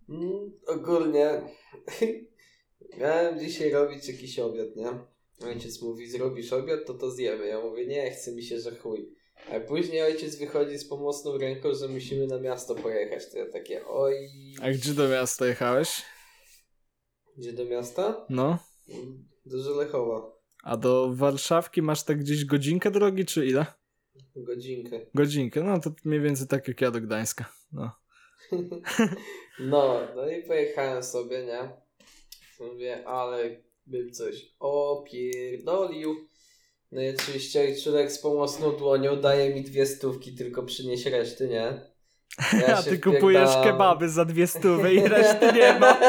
Ogólnie miałem dzisiaj robić jakiś obiad, nie? Ojciec mówi, zrobisz obiad, to zjemy. Ja mówię, nie, chce mi się, że chuj. A później ojciec wychodzi z pomocną ręką, że musimy na miasto pojechać. To ja takie, oj... A gdzie do miasta jechałeś? Gdzie do miasta? No. Do Żelechowa. A do Warszawki masz tak gdzieś godzinkę drogi, czy ile? Godzinkę. No to mniej więcej tak jak ja do Gdańska. No. No i pojechałem sobie, nie? Mówię, ale bym coś opierdolił. No i oczywiście ojczulek z pomocną dłonią daje mi 200, tylko przynieś reszty, nie? A ty kupujesz kebaby za 200 i reszty nie ma.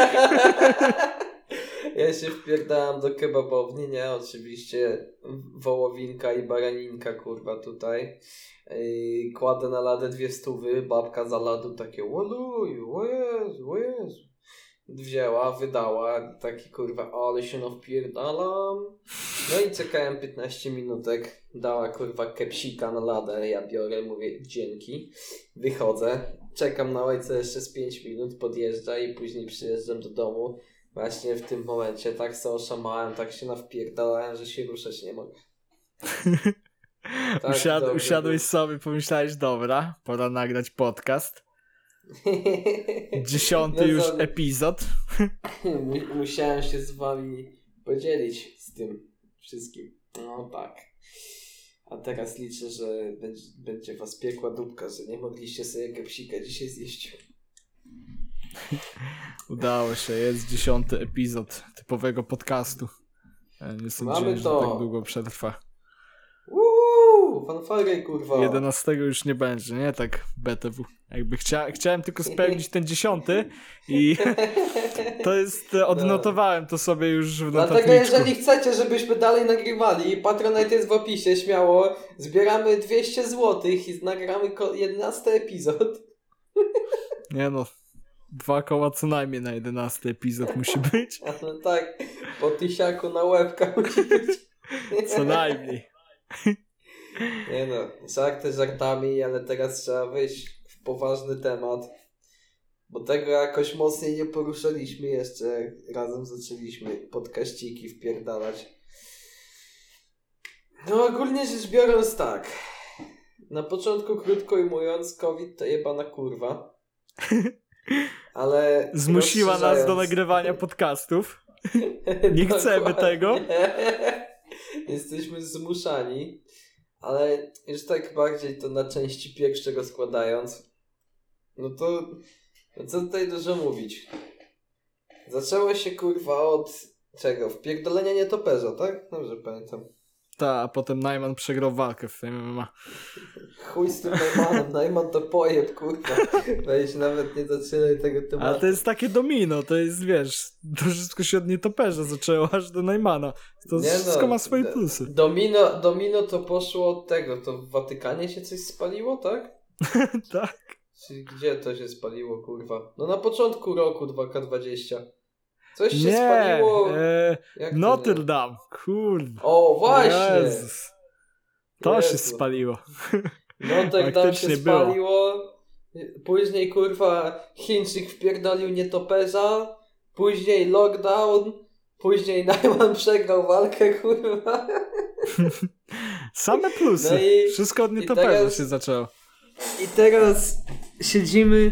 Ja się wpierdałem do kebabowni, nie? Oczywiście wołowinka i baraninka, kurwa, tutaj. Kładę na ladę 200, babka za ladą takie oluj, o Jezu. Wzięła, wydała, taki kurwa, ale się wpierdalam. No i czekałem 15 minutek, dała kurwa kepsika na ladę, ja biorę, mówię dzięki, wychodzę, czekam na ojca jeszcze z 5 minut, podjeżdża i później przyjeżdżam do domu. Właśnie w tym momencie tak se oszamałem, tak się nawpierdalałem, że się ruszać nie mogę. Tak, usiadłeś sobie, pomyślałeś, dobra, pora nagrać podcast. 10 już epizod. Musiałem się z wami podzielić z tym wszystkim. No tak. A teraz liczę, że będzie was piekła dupka, że nie mogliście sobie kepsika dzisiaj zjeść. Udało się, jest 10 epizod typowego podcastu. Nie sądziłem, że tak długo przetrwa. Fanfary, kurwa. 11 już nie będzie, nie? Tak BTW. Jakby chciałem tylko spełnić ten 10 i to jest, odnotowałem to sobie już w notatniczku. Dlatego jeżeli chcecie, żebyśmy dalej nagrywali, Patronite jest w opisie, śmiało, zbieramy 200 zł i nagramy 11 epizod. Nie no, 2 koła co najmniej na 11 epizod musi być. No tak, po tysiaku na łebka musi być. Co najmniej. Nie no, żarty żartami, ale teraz trzeba wejść w poważny temat, bo tego jakoś mocniej nie poruszaliśmy jeszcze, jak razem zaczęliśmy podkaściki wpierdalać. No ogólnie rzecz biorąc tak, na początku krótko ujmując, COVID to jebana kurwa, ale zmusiła nas do nagrywania podcastów. Nie chcemy tego. Jesteśmy zmuszani. Ale już tak bardziej to na części pierwsze rozkładając, no to co tutaj dużo mówić. Zaczęło się kurwa od czego? Wpierdolenia nietoperza, tak? Dobrze pamiętam. Tak, a potem Najman przegrał walkę w MMA. Chuj z tym Najmanem, Najman to pojeb, kurwa. Weź nawet nie zaczynaj tego tematu. Ale to jest takie domino, to jest, wiesz, to wszystko się od nietoperza zaczęło aż do Najmana. To wszystko ma swoje plusy. Domino to poszło od tego, to w Watykanie się coś spaliło, tak? Tak. Czyli gdzie to się spaliło, kurwa? No na początku roku 2K20. Coś się spaliło. Notre Dame, kurde. O, właśnie. Jezus. To się spaliło. Notre Dame się spaliło. Później, kurwa, Chińczyk wpierdolił nietoperza. Później lockdown. Później Najman przegrał walkę, kurwa. Same plusy. No wszystko od nietoperza się zaczęło. I teraz siedzimy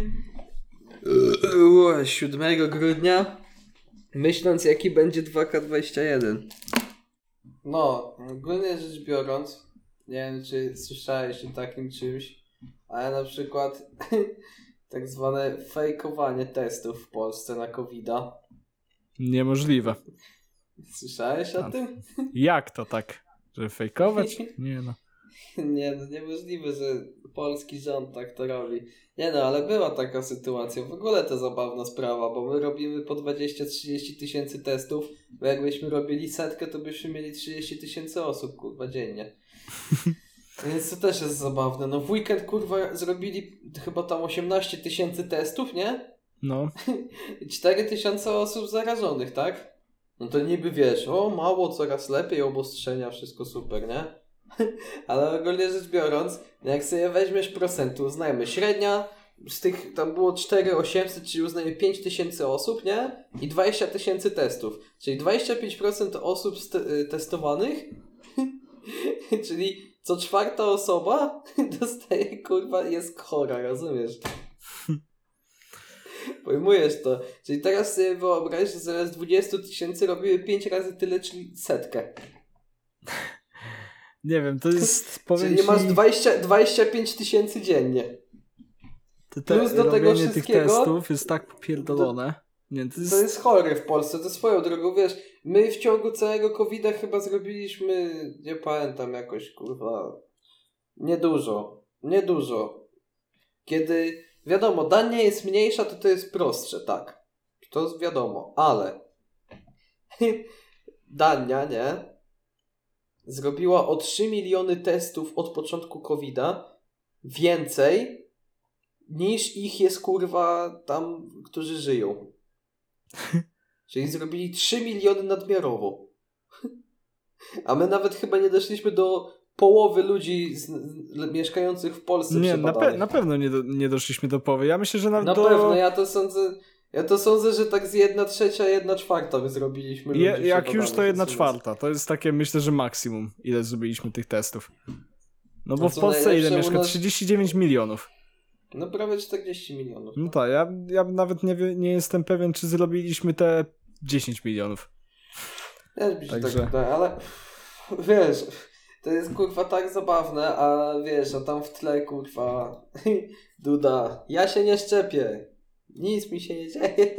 7 grudnia, myśląc jaki będzie 2K21. No, ogólnie rzecz biorąc, nie wiem czy słyszałeś o takim czymś, ale na przykład tak zwane fejkowanie testów w Polsce na COVID-a. Niemożliwe. Słyszałeś o tym? Jak to tak? Że fejkować? Nie no. Nie, no niemożliwe, że polski rząd tak to robi. Nie no, ale była taka sytuacja. W ogóle to zabawna sprawa, bo my robimy po 20-30 tysięcy testów, bo jakbyśmy robili 100, to byśmy mieli 30 tysięcy osób, kurwa, dziennie. Więc to też jest zabawne. No w weekend, kurwa, zrobili chyba tam 18 tysięcy testów, nie? No. 4 tysiące osób zarażonych, tak? No to niby wiesz, o mało, coraz lepiej, obostrzenia, wszystko super, nie? Ale ogólnie rzecz biorąc, jak sobie weźmiesz procentu, uznajmy, średnia z tych tam było 4800, czyli uznajmy 5000 osób, nie? I 20 000 testów. Czyli 25% osób testowanych, czyli co czwarta osoba dostaje, kurwa, jest chora, rozumiesz? Pojmujesz to. Czyli teraz sobie wyobraź, że zamiast 20 000 robimy 5 razy tyle, czyli 100. Nie wiem, to jest... Czyli masz 25 000 dziennie. Plus do tego wszystkiego... tych testów jest tak popierdolone. To jest chory w Polsce, to swoją drogą, wiesz, my w ciągu całego COVID-a chyba zrobiliśmy, nie pamiętam jakoś, kurwa, niedużo. Kiedy, wiadomo, Dania jest mniejsza, to jest prostsze, tak, to jest wiadomo, ale Dania, nie, zrobiła o 3 miliony testów od początku COVID-a więcej niż ich jest, kurwa, tam, którzy żyją. Czyli zrobili 3 miliony nadmiarowo. A my nawet chyba nie doszliśmy do połowy ludzi mieszkających w Polsce. Nie, na pewno nie doszliśmy do połowy. Ja myślę, że nawet na pewno, ja to sądzę, że tak z 1/3, 1/4 my zrobiliśmy ludzi jak już to 1/4. To jest takie, myślę, że maksimum, ile zrobiliśmy tych testów. No bo w Polsce ile mieszka? 39 milionów. No prawie 40 milionów. No tak, ja nawet nie jestem pewien, czy zrobiliśmy te 10 milionów. Także... Tak, ale wiesz, to jest kurwa tak zabawne, a wiesz, a tam w tle kurwa Duda, ja się nie szczepię, nic mi się nie dzieje.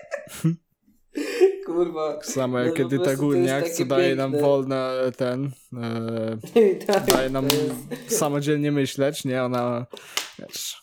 Kurwa. Samo jak Edyta Górniak, co daje nam wolne daje nam samodzielnie myśleć, nie? Ona, wiesz,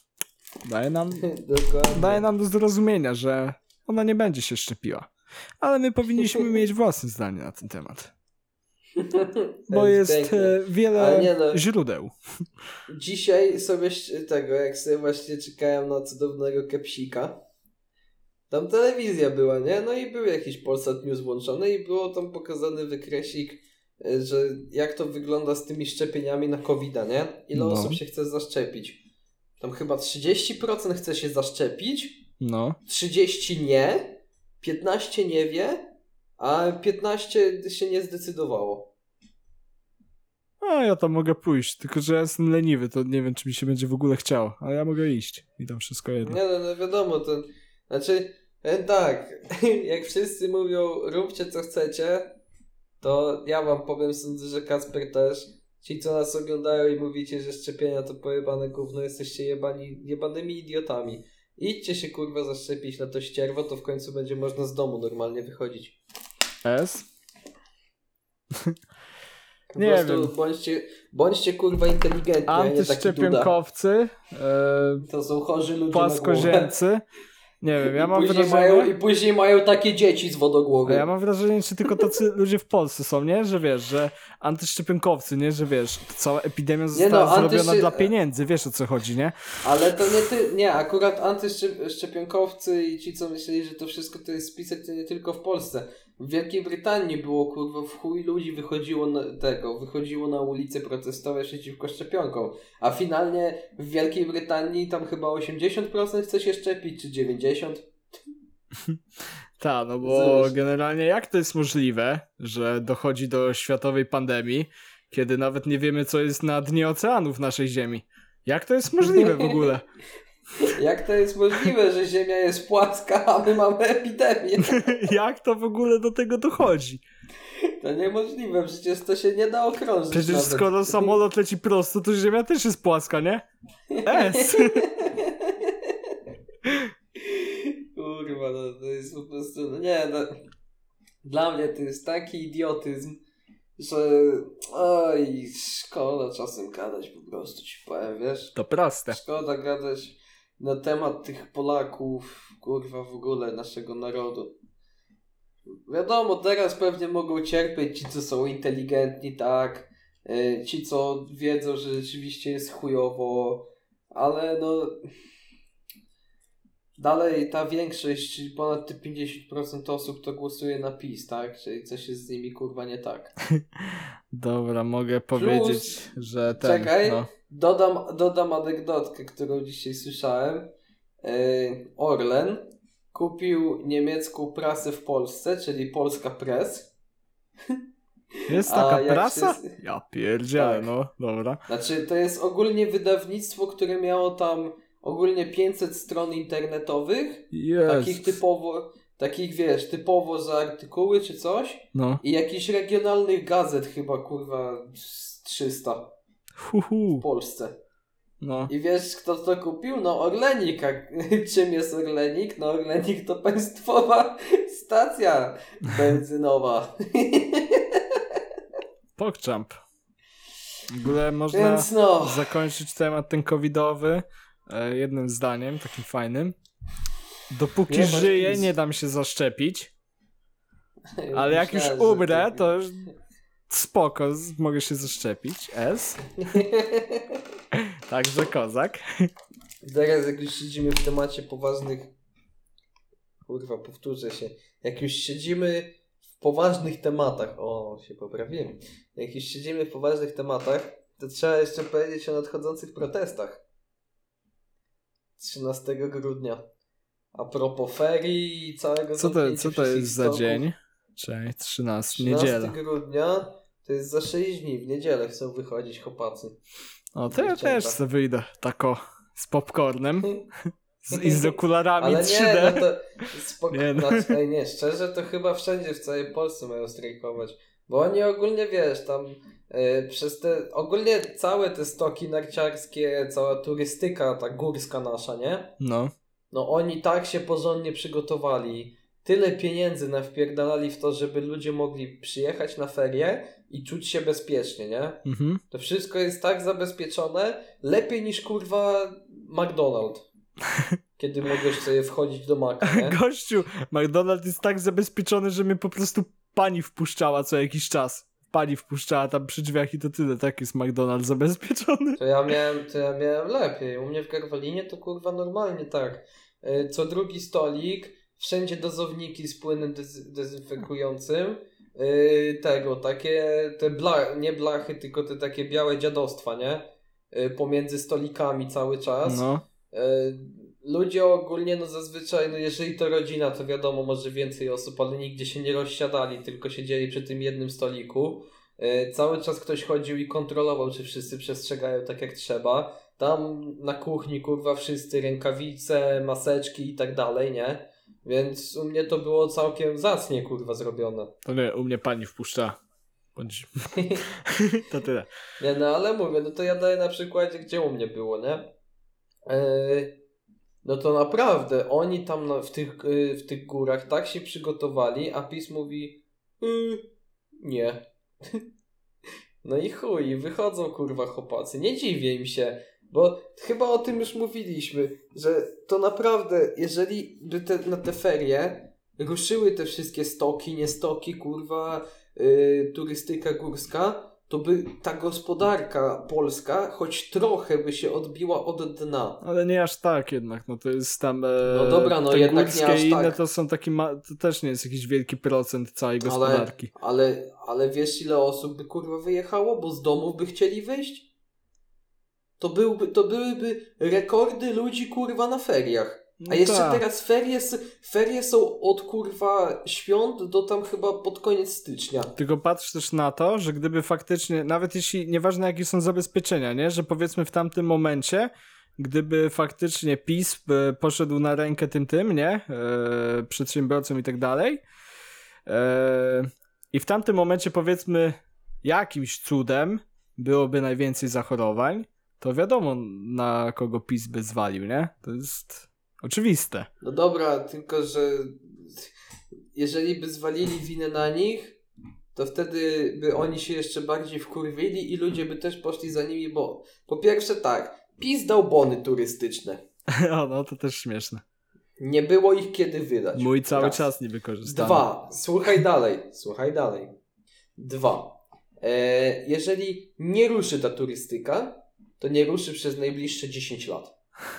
daje nam do zrozumienia, że ona nie będzie się szczepiła. Ale my powinniśmy mieć własne zdanie na ten temat. Bo jest wiele źródeł. Dzisiaj sobie jak sobie właśnie czekałem na cudownego kepsika, tam telewizja była, nie? No i był jakiś Polsat News włączony i było tam pokazany wykresik, że jak to wygląda z tymi szczepieniami na COVID-a, nie? Ile osób się chce zaszczepić. Tam chyba 30% chce się zaszczepić, 30% nie, 15% nie wie, a 15% się nie zdecydowało. A ja tam mogę pójść, tylko że ja jestem leniwy, to nie wiem, czy mi się będzie w ogóle chciało, ale ja mogę iść i tam wszystko jedno. Nie, no wiadomo, to znaczy, tak, jak wszyscy mówią, róbcie co chcecie, to ja wam powiem, sądzę, że Kacper też. Ci, co nas oglądają i mówicie, że szczepienia to pojebane gówno, jesteście jebanymi idiotami. Idźcie się kurwa zaszczepić na to ścierwo, to w końcu będzie można z domu normalnie wychodzić. Nie wiem. Bądźcie kurwa inteligentni, antyszczepionkowcy, to są chorzy ludzie płaskoziemcy. Nie wiem, ja mam wrażenie... I później mają takie dzieci z wodogłowiem. Ja mam wrażenie, że tylko tacy ludzie w Polsce są, nie? Że wiesz, że antyszczepionkowcy, nie? Że wiesz, cała epidemia została zrobiona dla pieniędzy, wiesz o co chodzi, nie? Ale to nie akurat antyszczepionkowcy i ci, co myśleli, że to wszystko to jest spisek, to nie tylko w Polsce. W Wielkiej Brytanii było kurwa w chuj ludzi wychodziło na ulicę protestować przeciwko szczepionkom. A finalnie w Wielkiej Brytanii tam chyba 80% chce się szczepić, czy 90%. Tak, no bo generalnie jak to jest możliwe, że dochodzi do światowej pandemii, kiedy nawet nie wiemy, co jest na dnie oceanu w naszej Ziemi? Jak to jest możliwe w ogóle? Jak to jest możliwe, że Ziemia jest płaska, a my mamy epidemię? Jak to w ogóle do tego dochodzi? To niemożliwe, przecież to się nie da okrążyć. Przecież nawet. Skoro samolot leci prosto, to Ziemia też jest płaska, nie? Kurwa, no to jest po prostu... Dla mnie to jest taki idiotyzm, że szkoda czasem gadać po prostu, ci powiem, wiesz? To proste. Szkoda gadać na temat tych Polaków, kurwa, w ogóle naszego narodu. Wiadomo, teraz pewnie mogą cierpieć ci, co są inteligentni, tak? Ci, co wiedzą, że rzeczywiście jest chujowo, ale no... Dalej ta większość, czyli ponad te 50% osób to głosuje na PiS, tak? Czyli coś jest z nimi kurwa nie tak. Dobra, mogę powiedzieć, że ten... Czekaj, dodam anegdotkę, którą dzisiaj słyszałem. Orlen kupił niemiecką prasę w Polsce, czyli Polska Press. Jest taka prasa? Ja pierdzielę, tak. No, dobra. Znaczy, to jest ogólnie wydawnictwo, które miało tam ogólnie 500 stron internetowych. Takich wiesz, typowo za artykuły czy coś. No. I jakichś regionalnych gazet chyba, kurwa, 300 w Polsce. No. I wiesz, kto to kupił? No Orlenik. A czym jest Orlenik? No Orlenik to państwowa stacja benzynowa. PogChamp. W ogóle można zakończyć temat ten covidowy jednym zdaniem, takim fajnym. Dopóki żyję, nie dam się zaszczepić. Ale jak już umrę, to już spoko, mogę się zaszczepić. Także kozak. Teraz jak już siedzimy w temacie poważnych... Kurwa, powtórzę się. Jak już siedzimy w poważnych tematach... O, się poprawiłem. Jak już siedzimy w poważnych tematach, to trzeba jeszcze powiedzieć o nadchodzących protestach. 13 grudnia. A propos ferii i całego... Co to jest za dzień? Cześć, 13 niedziela. 13 grudnia to jest za 6 dni. W niedzielę chcą wychodzić chłopacy. O, to ja też sobie wyjdę tako z popcornem i z okularami ale 3D. Nie, no to nie, szczerze to chyba wszędzie w całej Polsce mają strajkować. Bo oni ogólnie, wiesz, tam przez te, ogólnie całe te stoki narciarskie, cała turystyka ta górska nasza, nie? No oni tak się porządnie przygotowali. Tyle pieniędzy nawpierdalali w to, żeby ludzie mogli przyjechać na ferie i czuć się bezpiecznie, nie? Mhm. To wszystko jest tak zabezpieczone, lepiej niż kurwa McDonald's. Kiedy mogłeś sobie wchodzić do Maca, nie? Gościu, McDonald's jest tak zabezpieczony, że mnie po prostu pani wpuszczała co jakiś czas. Pani wpuszczała tam przy drzwiach i to tyle. Tak jest McDonald's zabezpieczony. To ja miałem lepiej. U mnie w Garwalinie to kurwa normalnie tak. Co drugi stolik, wszędzie dozowniki z płynem dezynfekującym. Nie blachy, tylko te takie białe dziadostwa, nie? Pomiędzy stolikami cały czas. No. Ludzie ogólnie, no zazwyczaj, no jeżeli to rodzina, to wiadomo, może więcej osób, ale nigdzie się nie rozsiadali, tylko siedzieli przy tym jednym stoliku. Cały czas ktoś chodził i kontrolował, czy wszyscy przestrzegają tak jak trzeba. Tam na kuchni, kurwa, wszyscy rękawice, maseczki i tak dalej, nie? Więc u mnie to było całkiem zacnie, kurwa, zrobione. To nie, u mnie pani wpuszcza. To tyle. Nie, no ale mówię, no to ja daję na przykładzie, gdzie u mnie było, nie? No to naprawdę, oni tam w tych górach tak się przygotowali, a PiS mówi nie. No i chuj, wychodzą kurwa chłopacy. Nie dziwię im się, bo chyba o tym już mówiliśmy, że to naprawdę, jeżeli by na te ferie ruszyły te wszystkie stoki, nie stoki, kurwa, turystyka górska, to by ta gospodarka polska choć trochę by się odbiła od dna. Ale nie aż tak jednak, no to jest tam no dobra, no jednak górskie nie aż i inne tak. To są taki to też nie jest jakiś wielki procent całej gospodarki. Ale wiesz ile osób by kurwa wyjechało, bo z domów by chcieli wyjść? To byłyby rekordy ludzi kurwa na feriach. A jeszcze teraz ferie są od kurwa świąt do tam chyba pod koniec stycznia. Tylko patrz też na to, że gdyby faktycznie, nawet jeśli, nieważne jakie są zabezpieczenia, nie, że powiedzmy w tamtym momencie, gdyby faktycznie PiS poszedł na rękę tym, nie, przedsiębiorcom i tak dalej, i w tamtym momencie powiedzmy jakimś cudem byłoby najwięcej zachorowań, to wiadomo na kogo PiS by zwalił, nie? To jest oczywiste. No dobra, tylko że jeżeli by zwalili winę na nich, to wtedy by oni się jeszcze bardziej wkurwili i ludzie by też poszli za nimi, bo po pierwsze tak, PiS dał bony turystyczne. O, no to też śmieszne. Nie było ich kiedy wydać. Mój cały czas nie wykorzystany. 2. Słuchaj dalej. 2. Jeżeli nie ruszy ta turystyka, to nie ruszy przez najbliższe 10 lat.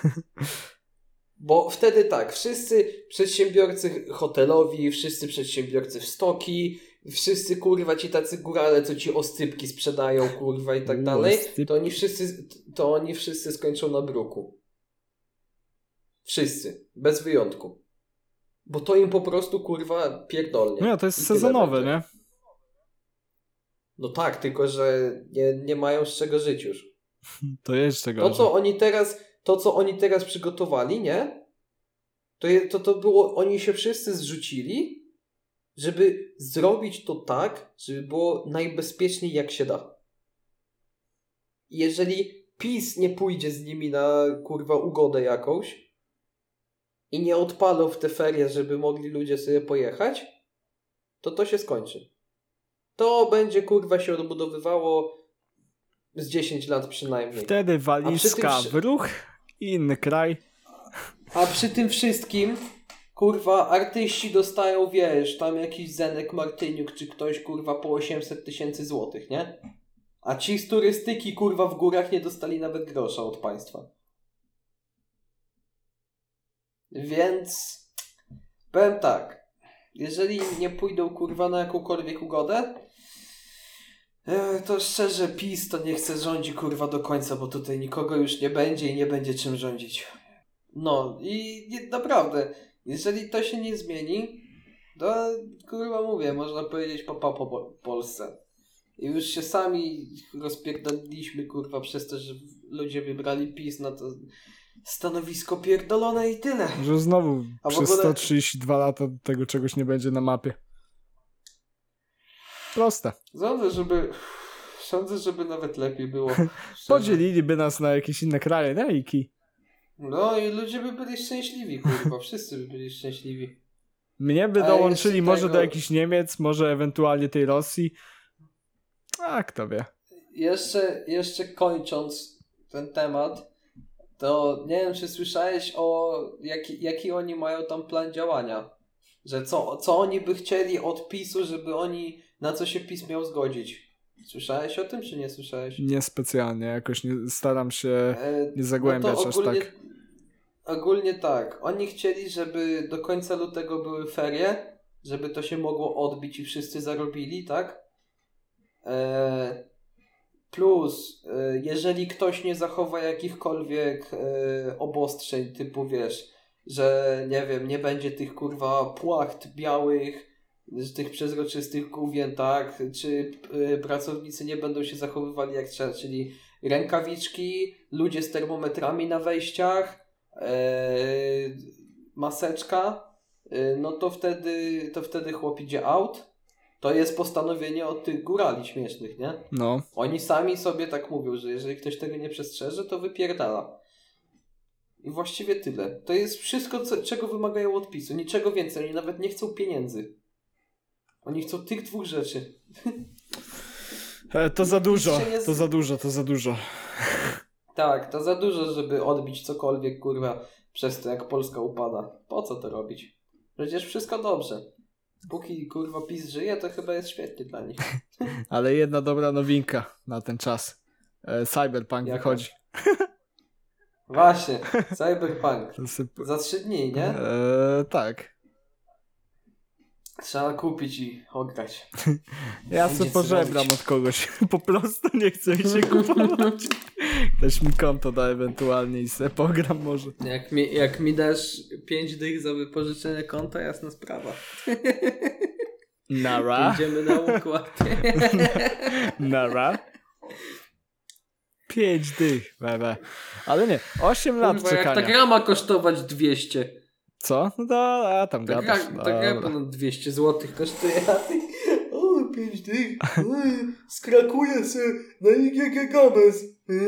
Bo wtedy tak, wszyscy przedsiębiorcy hotelowi, wszyscy przedsiębiorcy w stoki, wszyscy kurwa ci tacy górale, co ci oscypki sprzedają kurwa i tak dalej, to oni wszyscy skończą na bruku. Wszyscy. Bez wyjątku. Bo to im po prostu, kurwa, pierdolnie. No to jest sezonowe, nie? No tak, tylko że nie mają z czego żyć już. To jeszcze gorzej. To, co oni teraz przygotowali, nie? To było, oni się wszyscy zrzucili, żeby zrobić to tak, żeby było najbezpieczniej jak się da. Jeżeli PiS nie pójdzie z nimi na, kurwa, ugodę jakąś i nie odpalą w te ferie, żeby mogli ludzie sobie pojechać, to się skończy. To będzie, kurwa, się odbudowywało z 10 lat przynajmniej. Wtedy walizka w ruch i inny kraj. A przy tym wszystkim, kurwa, artyści dostają, wiesz, tam jakiś Zenek Martyniuk czy ktoś, kurwa, po 800 000 złotych, nie? A ci z turystyki, kurwa, w górach nie dostali nawet grosza od państwa. Więc powiem tak, jeżeli nie pójdą, kurwa, na jakąkolwiek ugodę, to szczerze PiS to nie chce rządzić, kurwa, do końca, bo tutaj nikogo już nie będzie i nie będzie czym rządzić. No i naprawdę, jeżeli to się nie zmieni, to, kurwa, mówię, można powiedzieć po Polsce. I już się sami rozpierdoliliśmy, kurwa, przez to, że ludzie wybrali PiS na to stanowisko pierdolone i tyle. Że znowu przez 132 lata tego czegoś nie będzie na mapie. Proste. Sądzę, żeby nawet lepiej było. Podzieliliby nas na jakieś inne kraje, nie? No i ludzie by byli szczęśliwi, kurwa. Wszyscy by byli szczęśliwi. Mnie by dołączyli może do jakichś Niemiec, może ewentualnie tej Rosji. A kto wie. Jeszcze kończąc ten temat, to nie wiem, czy słyszałeś o jaki oni mają tam plan działania. Że co oni by chcieli od PiS-u, żeby oni, na co się PiS miał zgodzić. Słyszałeś o tym, czy nie słyszałeś? Niespecjalnie, jakoś staram się nie zagłębiać aż tak. Ogólnie tak. Oni chcieli, żeby do końca lutego były ferie, żeby to się mogło odbić i wszyscy zarobili, tak? Plus, jeżeli ktoś nie zachowa jakichkolwiek obostrzeń, typu wiesz, że nie wiem, nie będzie tych, kurwa, płacht białych, tych przezroczystych gówien, tak? Czy pracownicy nie będą się zachowywali jak trzeba, czyli rękawiczki, ludzie z termometrami na wejściach, maseczka, no to wtedy chłop idzie out. To jest postanowienie od tych górali śmiesznych, nie? No. Oni sami sobie tak mówią, że jeżeli ktoś tego nie przestrzeże, to wypierdala. I właściwie tyle. To jest wszystko, czego wymagają od PiS-u. Niczego więcej. Oni nawet nie chcą pieniędzy. Oni chcą tych dwóch rzeczy. To za dużo. To za dużo. Tak, to za dużo, żeby odbić cokolwiek, kurwa, przez to, jak Polska upada. Po co to robić? Przecież wszystko dobrze. Póki, kurwa, PiS żyje, to chyba jest świetnie dla nich. Ale jedna dobra nowinka na ten czas. Cyberpunk wychodzi. Właśnie, Cyberpunk. Za 3 dni, nie? Tak. Trzeba kupić i ograć. Ja sobie pożebram od kogoś. Po prostu nie chcę mi się kupować. Ktoś mi konto da ewentualnie i sobie pogram może. Jak mi dasz 5 dych za wypożyczenie konta, jasna sprawa. Nara. Idziemy na układ. Nara. 5 dych, bebe. Ale nie, 8 lat czekania. Jak ta gra ma kosztować 200. Co? No to, a tam gadasz. Ta gra ponad 200 zł kosztuje, a ty... O, 5 dych. Skrakuję se na IGG Games.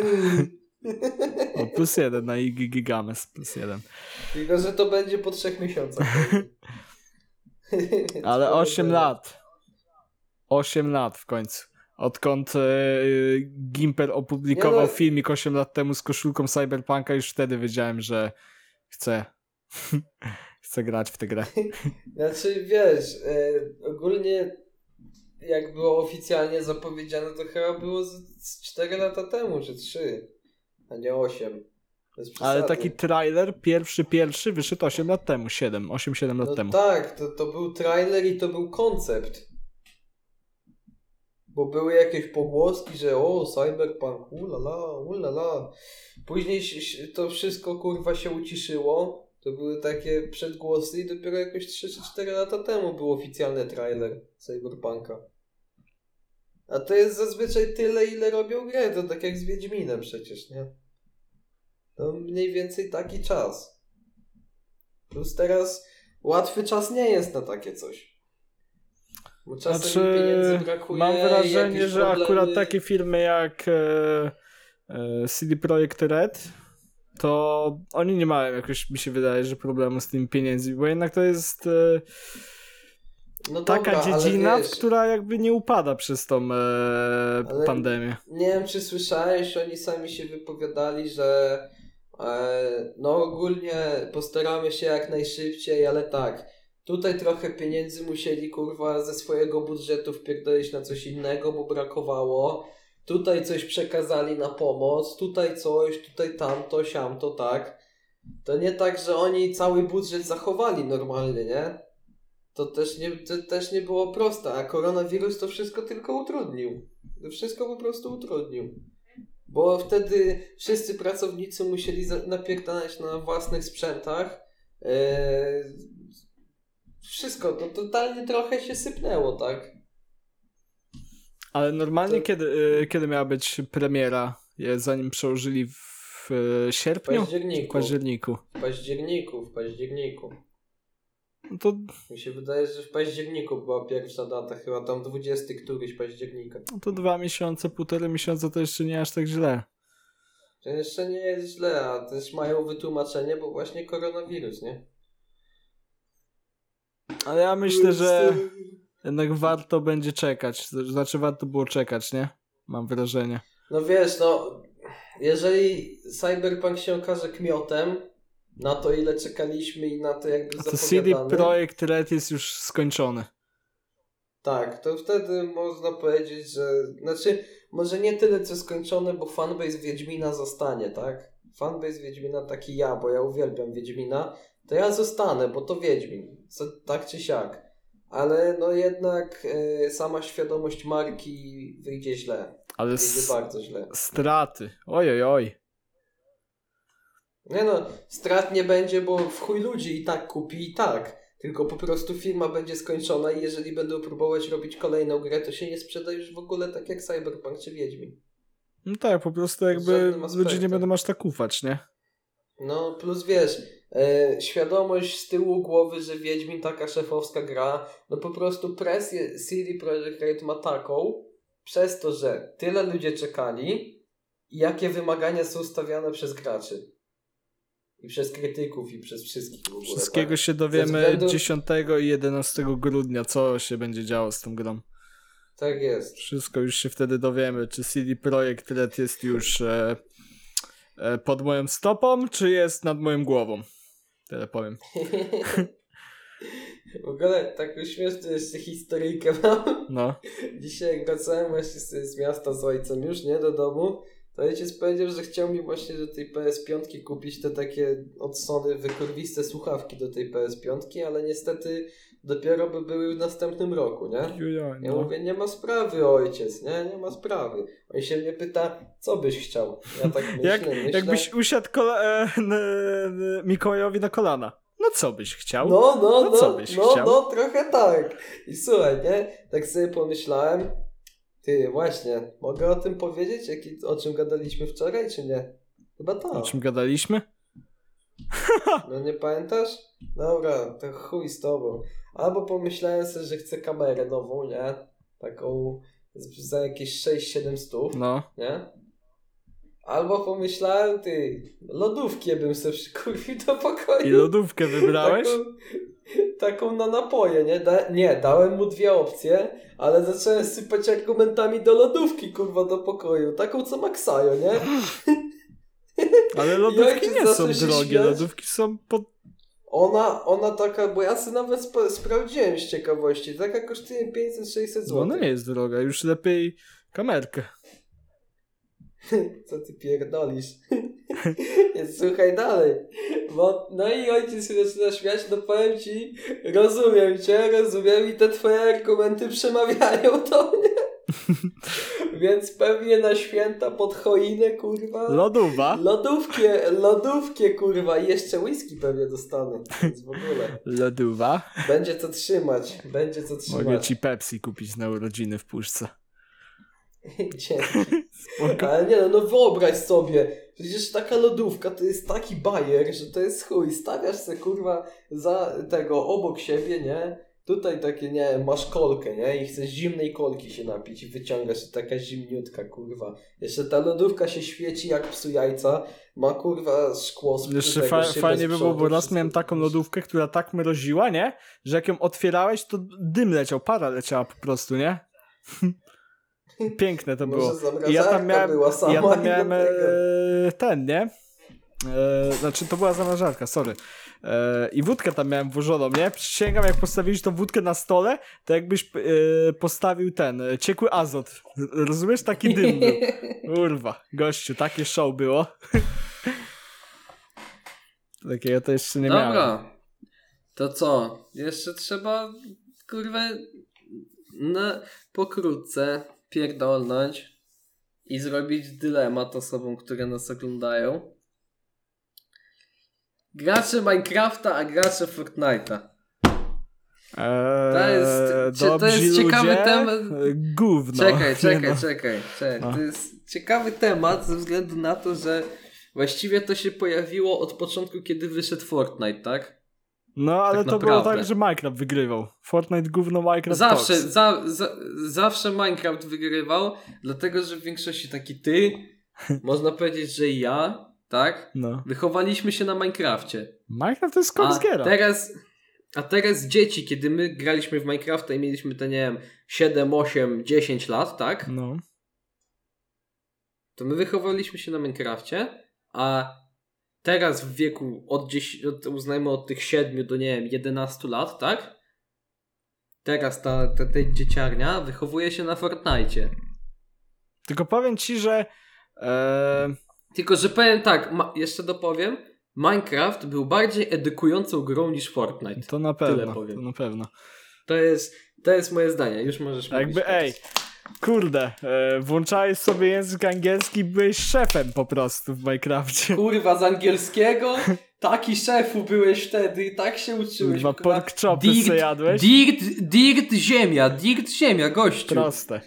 O, +1 na IGG Games, +1. Tylko, że to będzie po 3 miesiącach. Ale 8 lat. 8 lat w końcu. Odkąd Gimper opublikował filmik 8 lat temu z koszulką Cyberpunka, już wtedy wiedziałem, że chcę grać w tę grę. Znaczy, wiesz, ogólnie jak było oficjalnie zapowiedziane, to chyba było z 4 lata temu, czy 3, a nie 8. Ale taki trailer pierwszy wyszedł 8 lat temu, 8-7 lat temu. Tak, to był trailer i to był koncept. Bo były jakieś pogłoski, że Cyberpunk, ulala. Później to wszystko, kurwa, się uciszyło. To były takie przedgłosy i dopiero jakoś 3 czy 4 lata temu był oficjalny trailer Cyberpunka. A to jest zazwyczaj tyle, ile robią gry. To tak jak z Wiedźminem przecież, nie? To mniej więcej taki czas. Plus teraz łatwy czas nie jest na takie coś. Bo czasem pieniędzy brakuje. Mam wrażenie, że akurat takie firmy jak CD Projekt Red, to oni nie mają jakoś, mi się wydaje, że problemu z tymi pieniędzmi, bo jednak to jest taka dziedzina, która jakby nie upada przez tą pandemię. Nie wiem, czy słyszałeś, oni sami się wypowiadali, że no ogólnie postaramy się jak najszybciej, ale tak, tutaj trochę pieniędzy musieli kurwa ze swojego budżetu wpierdolić na coś innego, bo brakowało. Tutaj coś przekazali na pomoc, tutaj coś, tutaj tamto, siamto, tak. To nie tak, że oni cały budżet zachowali normalnie, nie? To też nie było proste, a koronawirus to wszystko tylko utrudnił. To wszystko po prostu utrudnił. Bo wtedy wszyscy pracownicy musieli napierdalać na własnych sprzętach. Wszystko, to totalnie trochę się sypnęło, tak? Ale normalnie kiedy miała być premiera? Zanim przełożyli w sierpniu? W październiku. No to... Mi się wydaje, że w październiku była pierwsza data, chyba tam 20 któryś października. No to 2 miesiące, 1,5 miesiąca to jeszcze nie aż tak źle. To jeszcze nie jest źle, a też mają wytłumaczenie, bo właśnie koronawirus, nie? Ale ja myślę, że jednak warto będzie czekać. Znaczy warto było czekać, nie? Mam wrażenie. No wiesz, no jeżeli Cyberpunk się okaże kmiotem, na to ile czekaliśmy i na to jakby zapowiadany... To CD Projekt Red jest już skończony. Tak, to wtedy można powiedzieć, że... Znaczy, może nie tyle co skończone, bo fanbase Wiedźmina zostanie, tak? Fanbase Wiedźmina taki ja, bo ja uwielbiam Wiedźmina, to ja zostanę, bo to Wiedźmin. Tak czy siak. Ale no jednak sama świadomość marki wyjdzie źle. Ale wyjdzie bardzo źle. Straty. Oj. Nie no, strat nie będzie, bo w chuj ludzi i tak kupi i tak. Tylko po prostu firma będzie skończona i jeżeli będą próbować robić kolejną grę, to się nie sprzeda już w ogóle tak jak Cyberpunk czy Wiedźmin. No tak, po prostu jakby ludzie nie będą aż tak ufać, nie? No plus wiesz, świadomość z tyłu głowy, że Wiedźmin taka szefowska gra, no po prostu presję CD Projekt Red ma taką, przez to, że tyle ludzie czekali i jakie wymagania są stawiane przez graczy. I przez krytyków, i przez wszystkich w ogóle. Wszystkiego tak? Się dowiemy 10 i 11 grudnia, co się będzie działo z tą grą. Tak jest. Wszystko już się wtedy dowiemy, czy CD Projekt Red jest już pod moją stopą, czy jest nad moją głową. Tyle powiem. W ogóle taką śmieszną jeszcze historyjkę mam. No. Dzisiaj jak wracałem właśnie z miasta z ojcem już, nie? Do domu. To ojciec powiedział, że chciał mi właśnie do tej PS5 kupić te takie od Sony wykurwiste słuchawki do tej PS5, ale niestety dopiero by były w następnym roku, nie? Ja mówię, nie ma sprawy ojciec, nie ma sprawy. On się mnie pyta, co byś chciał? Ja tak myślę. Jakbyś usiadł Mikołajowi na kolana. No co byś chciał? Co byś chciał? No, trochę tak. I słuchaj, nie? Tak sobie pomyślałem, ty, właśnie, mogę o tym powiedzieć? O czym gadaliśmy wczoraj, czy nie? Chyba tak. O czym gadaliśmy? No nie pamiętasz? Dobra, to chuj z tobą. Albo pomyślałem sobie, że chcę kamerę nową, nie? Taką za jakieś 6-7 stów, nie? Albo pomyślałem, ty, lodówkę bym sobie przykurwił do pokoju. I lodówkę wybrałeś? Taką na napoje, nie? Nie, dałem mu 2 opcje, ale zacząłem sypać argumentami do lodówki, kurwa, do pokoju. Taką, co ma Ksajo, nie? Ale lodówki nie są drogie, lodówki są Ona taka, bo ja sobie nawet sprawdziłem z ciekawości, taka kosztuje 500-600 zł. No ona nie jest droga, już lepiej kamerkę. Co ty pierdolisz? Słuchaj dalej. No i ojciec się zaczyna śmiać, no powiem ci, rozumiem cię i te twoje argumenty przemawiają do mnie. Więc pewnie na święta pod choinę, kurwa. Lodówa. Lodówkę, kurwa. I jeszcze whisky pewnie dostanę. Więc w ogóle. Lodówa. Będzie co trzymać. Mogę ci Pepsi kupić na urodziny w puszce. Dzięki. Ale nie no wyobraź sobie. Przecież taka lodówka to jest taki bajer, że to jest chuj. Stawiasz se, kurwa, za tego obok siebie, nie? Tutaj takie, nie, masz kolkę, nie? I chcesz zimnej kolki się napić i wyciągasz, i taka zimniutka, kurwa. Jeszcze ta lodówka się świeci jak psu jajca, ma, kurwa, szkło z jeszcze fajnie by było, bo raz miałem taką lodówkę, która tak mroziła, nie? Że jak ją otwierałeś, to dym leciał, para leciała po prostu, nie? Piękne to było. I ja tam miałem ten, nie? Znaczy to była zamrażarka, sorry. I wódkę tam miałem włożoną, nie? Przysięgam, jak postawiliś tą wódkę na stole, to jakbyś postawił ten ciekły azot. Rozumiesz? Taki dym był. Kurwa, gościu, takie show było. Takiego to jeszcze nie miałem. Dobra, to co? Jeszcze trzeba, kurwa, pokrótce pierdolnąć i zrobić dylemat osobom, które nas oglądają. Gracze Minecrafta, a gracze Fortnite'a. To jest ciekawy temat. Gówno. Czekaj. To jest ciekawy temat ze względu na to, że właściwie to się pojawiło od początku, kiedy wyszedł Fortnite, tak? No, ale tak to było tak, że Minecraft wygrywał. Fortnite gówno, Minecraft zawsze Minecraft wygrywał, dlatego, że w większości taki ty, można powiedzieć, że i ja, tak? No. Wychowaliśmy się na Minecrafcie. Minecraft to jest koksgiera. A teraz dzieci, kiedy my graliśmy w Minecrafta i mieliśmy te, nie wiem, 7, 8, 10 lat, tak? No. To my wychowaliśmy się na Minecrafcie, a teraz w wieku uznajmy od tych 7 do, nie wiem, 11 lat, tak? Teraz ta dzieciarnia wychowuje się na Fortnite. Tylko powiem ci, że Tylko, że powiem tak, jeszcze dopowiem, Minecraft był bardziej edukującą grą niż Fortnite. To na pewno. Tyle powiem. To na pewno. To jest moje zdanie. Już możesz mówić. Jakby, kurde, włączałeś sobie język angielski, byłeś szefem po prostu w Minecrafcie. Kurwa, z angielskiego? Taki szefu byłeś wtedy i tak się uczyłeś. Kurwa, pork chopy se jadłeś? Dirt ziemia, gościu. Proste.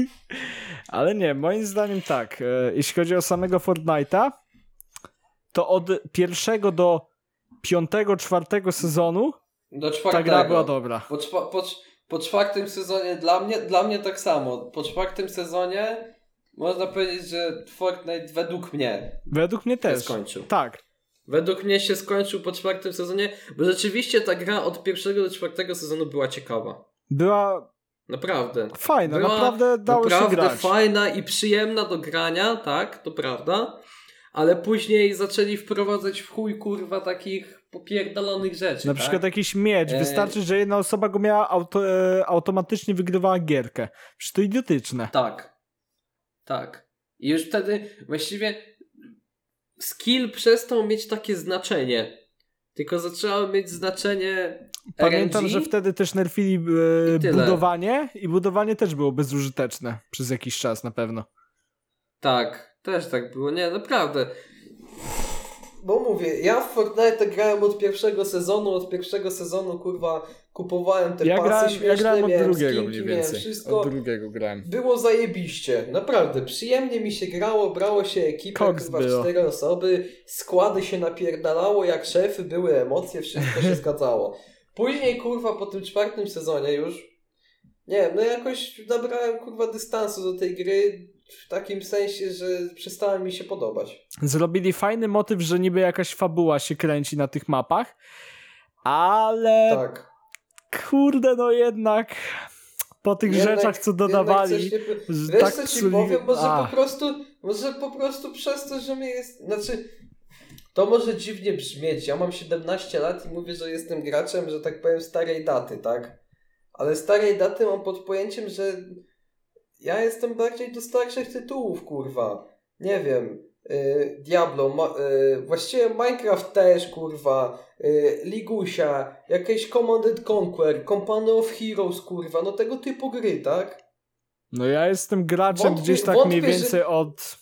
Ale nie, moim zdaniem tak, jeśli chodzi o samego Fortnite'a, to od 1 do 5, 4 sezonu do 4. ta gra była dobra. Po 4 sezonie, dla mnie tak samo, po 4 sezonie można powiedzieć, że Fortnite według mnie też się skończył. Tak. Według mnie się skończył po 4 sezonie, bo rzeczywiście ta gra od 1 do 4 sezonu była ciekawa. Była naprawdę fajna, naprawdę dało się grać. Naprawdę fajna i przyjemna do grania, tak, to prawda, ale później zaczęli wprowadzać w chuj, kurwa, takich popierdolonych rzeczy. Na przykład jakiś miecz, wystarczy, że jedna osoba go miała, automatycznie wygrywała gierkę. Przecież to idiotyczne. Tak. I już wtedy właściwie skill przestał mieć takie znaczenie. Tylko zaczęło mieć znaczenie Pamiętam, RNG? że wtedy też nerfili budowanie i budowanie też było bezużyteczne przez jakiś czas na pewno. Tak, też tak było. Nie, naprawdę. Bo mówię, ja w Fortnite grałem od pierwszego sezonu, kurwa, kupowałem te pasy śmieszne, ja grałem od miałem drugiego skinki, mniej więcej. Wszystko. Od drugiego grałem. Było zajebiście, naprawdę, przyjemnie mi się grało, brało się ekipę, kurwa, 4 osoby, składy się napierdalało jak szefy, były emocje, wszystko się zgadzało. Później, kurwa, po tym 4 sezonie już, nie wiem, no jakoś nabrałem, kurwa, dystansu do tej gry, w takim sensie, że przestała mi się podobać. Zrobili fajny motyw, że niby jakaś fabuła się kręci na tych mapach, ale tak. Kurde, no jednak po tych rzeczach, co dodawali, wiesz, tak co ci powiem, może po prostu przez to, że mnie jest, znaczy to może dziwnie brzmieć, ja mam 17 lat i mówię, że jestem graczem, że tak powiem, starej daty, tak? Ale starej daty mam pod pojęciem, że ja jestem bardziej do starszych tytułów, kurwa. Nie wiem. Diablo, właściwie Minecraft też, kurwa. Ligusia, jakieś Command & Conquer, Company of Heroes, kurwa. No tego typu gry, tak? No ja jestem graczem gdzieś tak mniej więcej od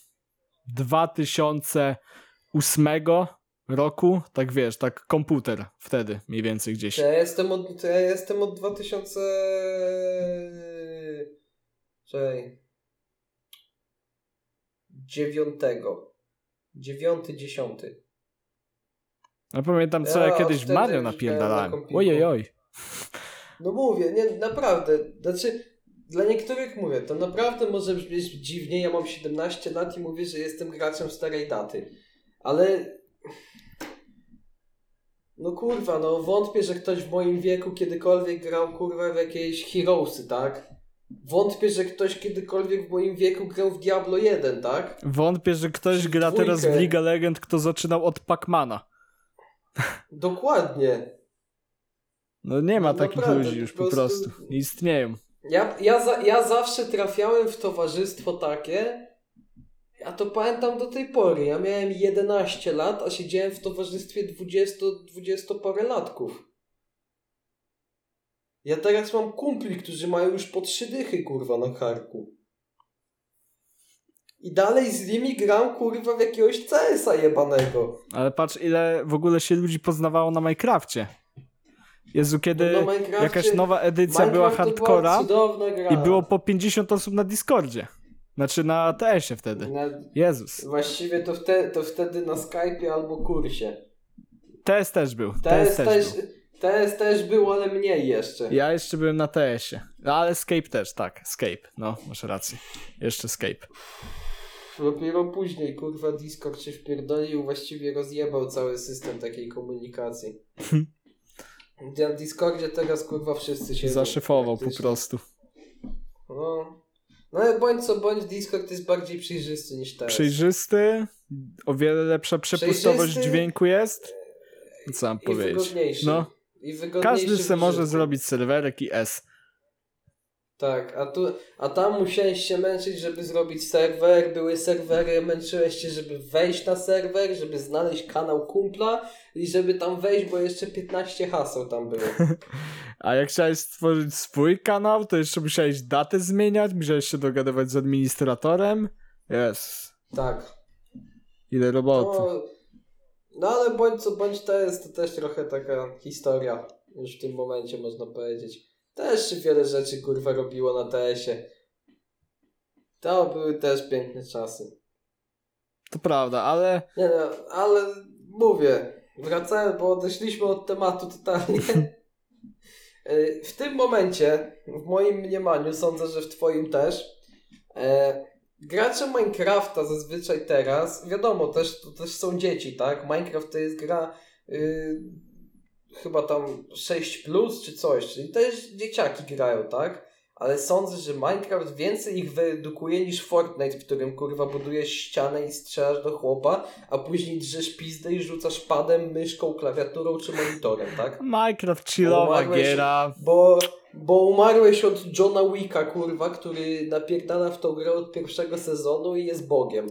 2008 roku, tak wiesz, tak komputer wtedy mniej więcej gdzieś. Ja jestem od 2000... Czekaj... 9, 10. No pamiętam, co ja kiedyś w Mario napierdalałem. Ojej. No mówię, nie, naprawdę. Znaczy, dla niektórych mówię, to naprawdę może brzmieć dziwnie. Ja mam 17 lat i mówię, że jestem graczem starej daty. Ale... No kurwa, no wątpię, że ktoś w moim wieku kiedykolwiek grał kurwa w jakieś Heroesy, tak? Wątpię, że ktoś kiedykolwiek w moim wieku grał w Diablo 1, tak? Wątpię, że ktoś gra teraz w League of Legends, kto zaczynał od Pac-Mana. Dokładnie. No nie ma takich ludzi już po prostu. Nie istnieją. Ja zawsze trafiałem w towarzystwo takie, ja to pamiętam do tej pory. Ja miałem 11 lat, a siedziałem w towarzystwie 20 parę latków. Ja teraz mam kumpli, którzy mają już po 3 dychy, kurwa, na karku. I dalej z nimi gram, kurwa, w jakiegoś CS-a jebanego. Ale patrz, ile w ogóle się ludzi poznawało na Minecrafcie. Jezu, kiedy jakaś nowa edycja była hardcora i było po 50 osób na Discordzie. Znaczy na TS-ie wtedy. Jezus. Właściwie to wtedy na Skype'ie albo kursie. TS też był. TS też był, ale mniej jeszcze. Ja jeszcze byłem na TS-ie. Ale Skype też, tak. Skype. No, masz rację. Jeszcze Skype. Dopiero później, kurwa, Discord się wpierdolił, właściwie rozjebał cały system takiej komunikacji. Na Discordzie teraz, kurwa, wszyscy się... Zaszyfował po prostu. No ale bądź co bądź, Discord jest bardziej przejrzysty niż teraz. Przejrzysty, o wiele lepsza przepustowość dźwięku jest. Co mam powiedzieć? Wygodniejszy. No. I wygodniejszy. Każdy se może zrobić serwerek i S. Tak, a tam musiałeś się męczyć, żeby zrobić serwer, były serwery, męczyłeś się, żeby wejść na serwer, żeby znaleźć kanał kumpla i żeby tam wejść, bo jeszcze 15 haseł tam było. A jak chciałeś stworzyć swój kanał, to jeszcze musiałeś datę zmieniać, musiałeś się dogadywać z administratorem. Jest. Tak. Ile roboty. No ale bądź co bądź to też trochę taka historia już w tym momencie, można powiedzieć. Też się wiele rzeczy, kurwa, robiło na TS-ie. To były też piękne czasy. To prawda, ale... Nie no, ale mówię, wracając, bo odeszliśmy od tematu totalnie. W tym momencie, w moim mniemaniu, sądzę, że w twoim też, gracze Minecrafta zazwyczaj teraz, wiadomo, to też są dzieci, tak? Minecraft to jest gra... chyba tam 6+ czy coś, czyli też dzieciaki grają, tak? Ale sądzę, że Minecraft więcej ich wyedukuje niż Fortnite, w którym kurwa budujesz ścianę i strzelasz do chłopa, a później drzesz pizdę i rzucasz padem, myszką, klawiaturą czy monitorem, tak? Minecraft chillowa giera. Bo umarłeś od Johna Wicka, kurwa, który napierdala w tą grę od pierwszego sezonu i jest Bogiem.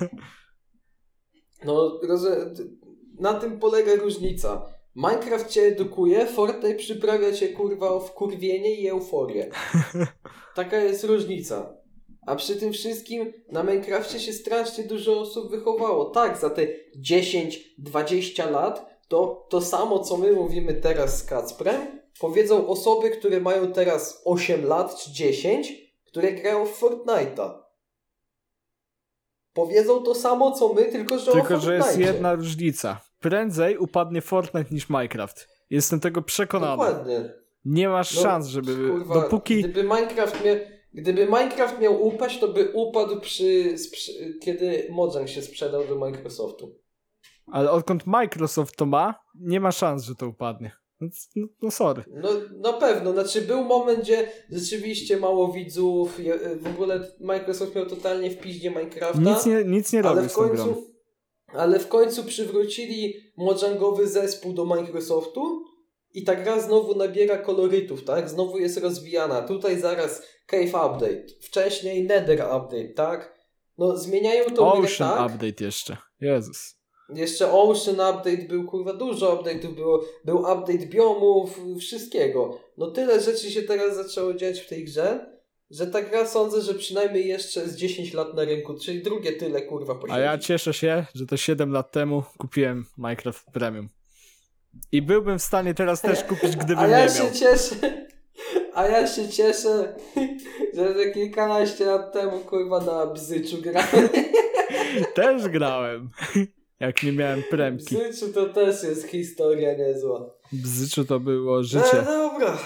No, na tym polega różnica. Minecraft cię edukuje, Fortnite przyprawia cię, kurwa, o wkurwienie i euforię. Taka jest różnica. A przy tym wszystkim na Minecrafcie się strasznie dużo osób wychowało. Tak, za te 10-20 lat to samo, co my mówimy teraz z Kacprem, powiedzą osoby, które mają teraz 8 lat czy 10, które grają w Fortnite'a. Powiedzą to samo, co my, tylko że o Fortnite. Tylko, że jest jedna różnica. Prędzej upadnie Fortnite niż Minecraft. Jestem tego przekonany. Dokładnie. Nie masz szans, żeby... Kurwa, dopóki... Gdyby Minecraft miał upaść, to by upadł kiedy Mojang się sprzedał do Microsoftu. Ale odkąd Microsoft to ma, nie ma szans, że to upadnie. No sorry. No na pewno. Znaczy był moment, gdzie rzeczywiście mało widzów, w ogóle Microsoft miał totalnie w piździe Minecrafta. Nic nie robił z tą grą. Ale w końcu przywrócili Mojangowy zespół do Microsoftu i ta gra znowu nabiera kolorytów, tak? Znowu jest rozwijana. Tutaj zaraz Cave Update, wcześniej Nether Update, tak? No zmieniają to grę, Ocean tak? Update jeszcze. Jezus. Jeszcze Ocean Update był, kurwa, dużo update'ów było. Był update biomów, wszystkiego. No tyle rzeczy się teraz zaczęło dziać w tej grze, że ta gra sądzę, że przynajmniej jeszcze z 10 lat na rynku, czyli drugie tyle kurwa posiedzi. A ja cieszę się, że to 7 lat temu kupiłem Minecraft Premium. I byłbym w stanie teraz też kupić, gdybym nie miał. A ja się cieszę, że kilkanaście lat temu kurwa na Bzyczu grałem. Też grałem. Jak nie miałem premki. Bzyczu to też jest historia niezła. Bzyczu to było życie. Dobra.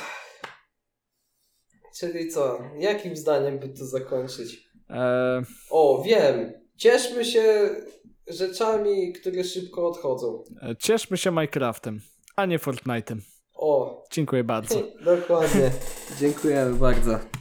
Czyli co? Jakim zdaniem by to zakończyć? O, wiem. Cieszmy się rzeczami, które szybko odchodzą. Cieszmy się Minecraftem, a nie Fortnite'em. O. Dziękuję bardzo. Dokładnie. Dziękujemy bardzo.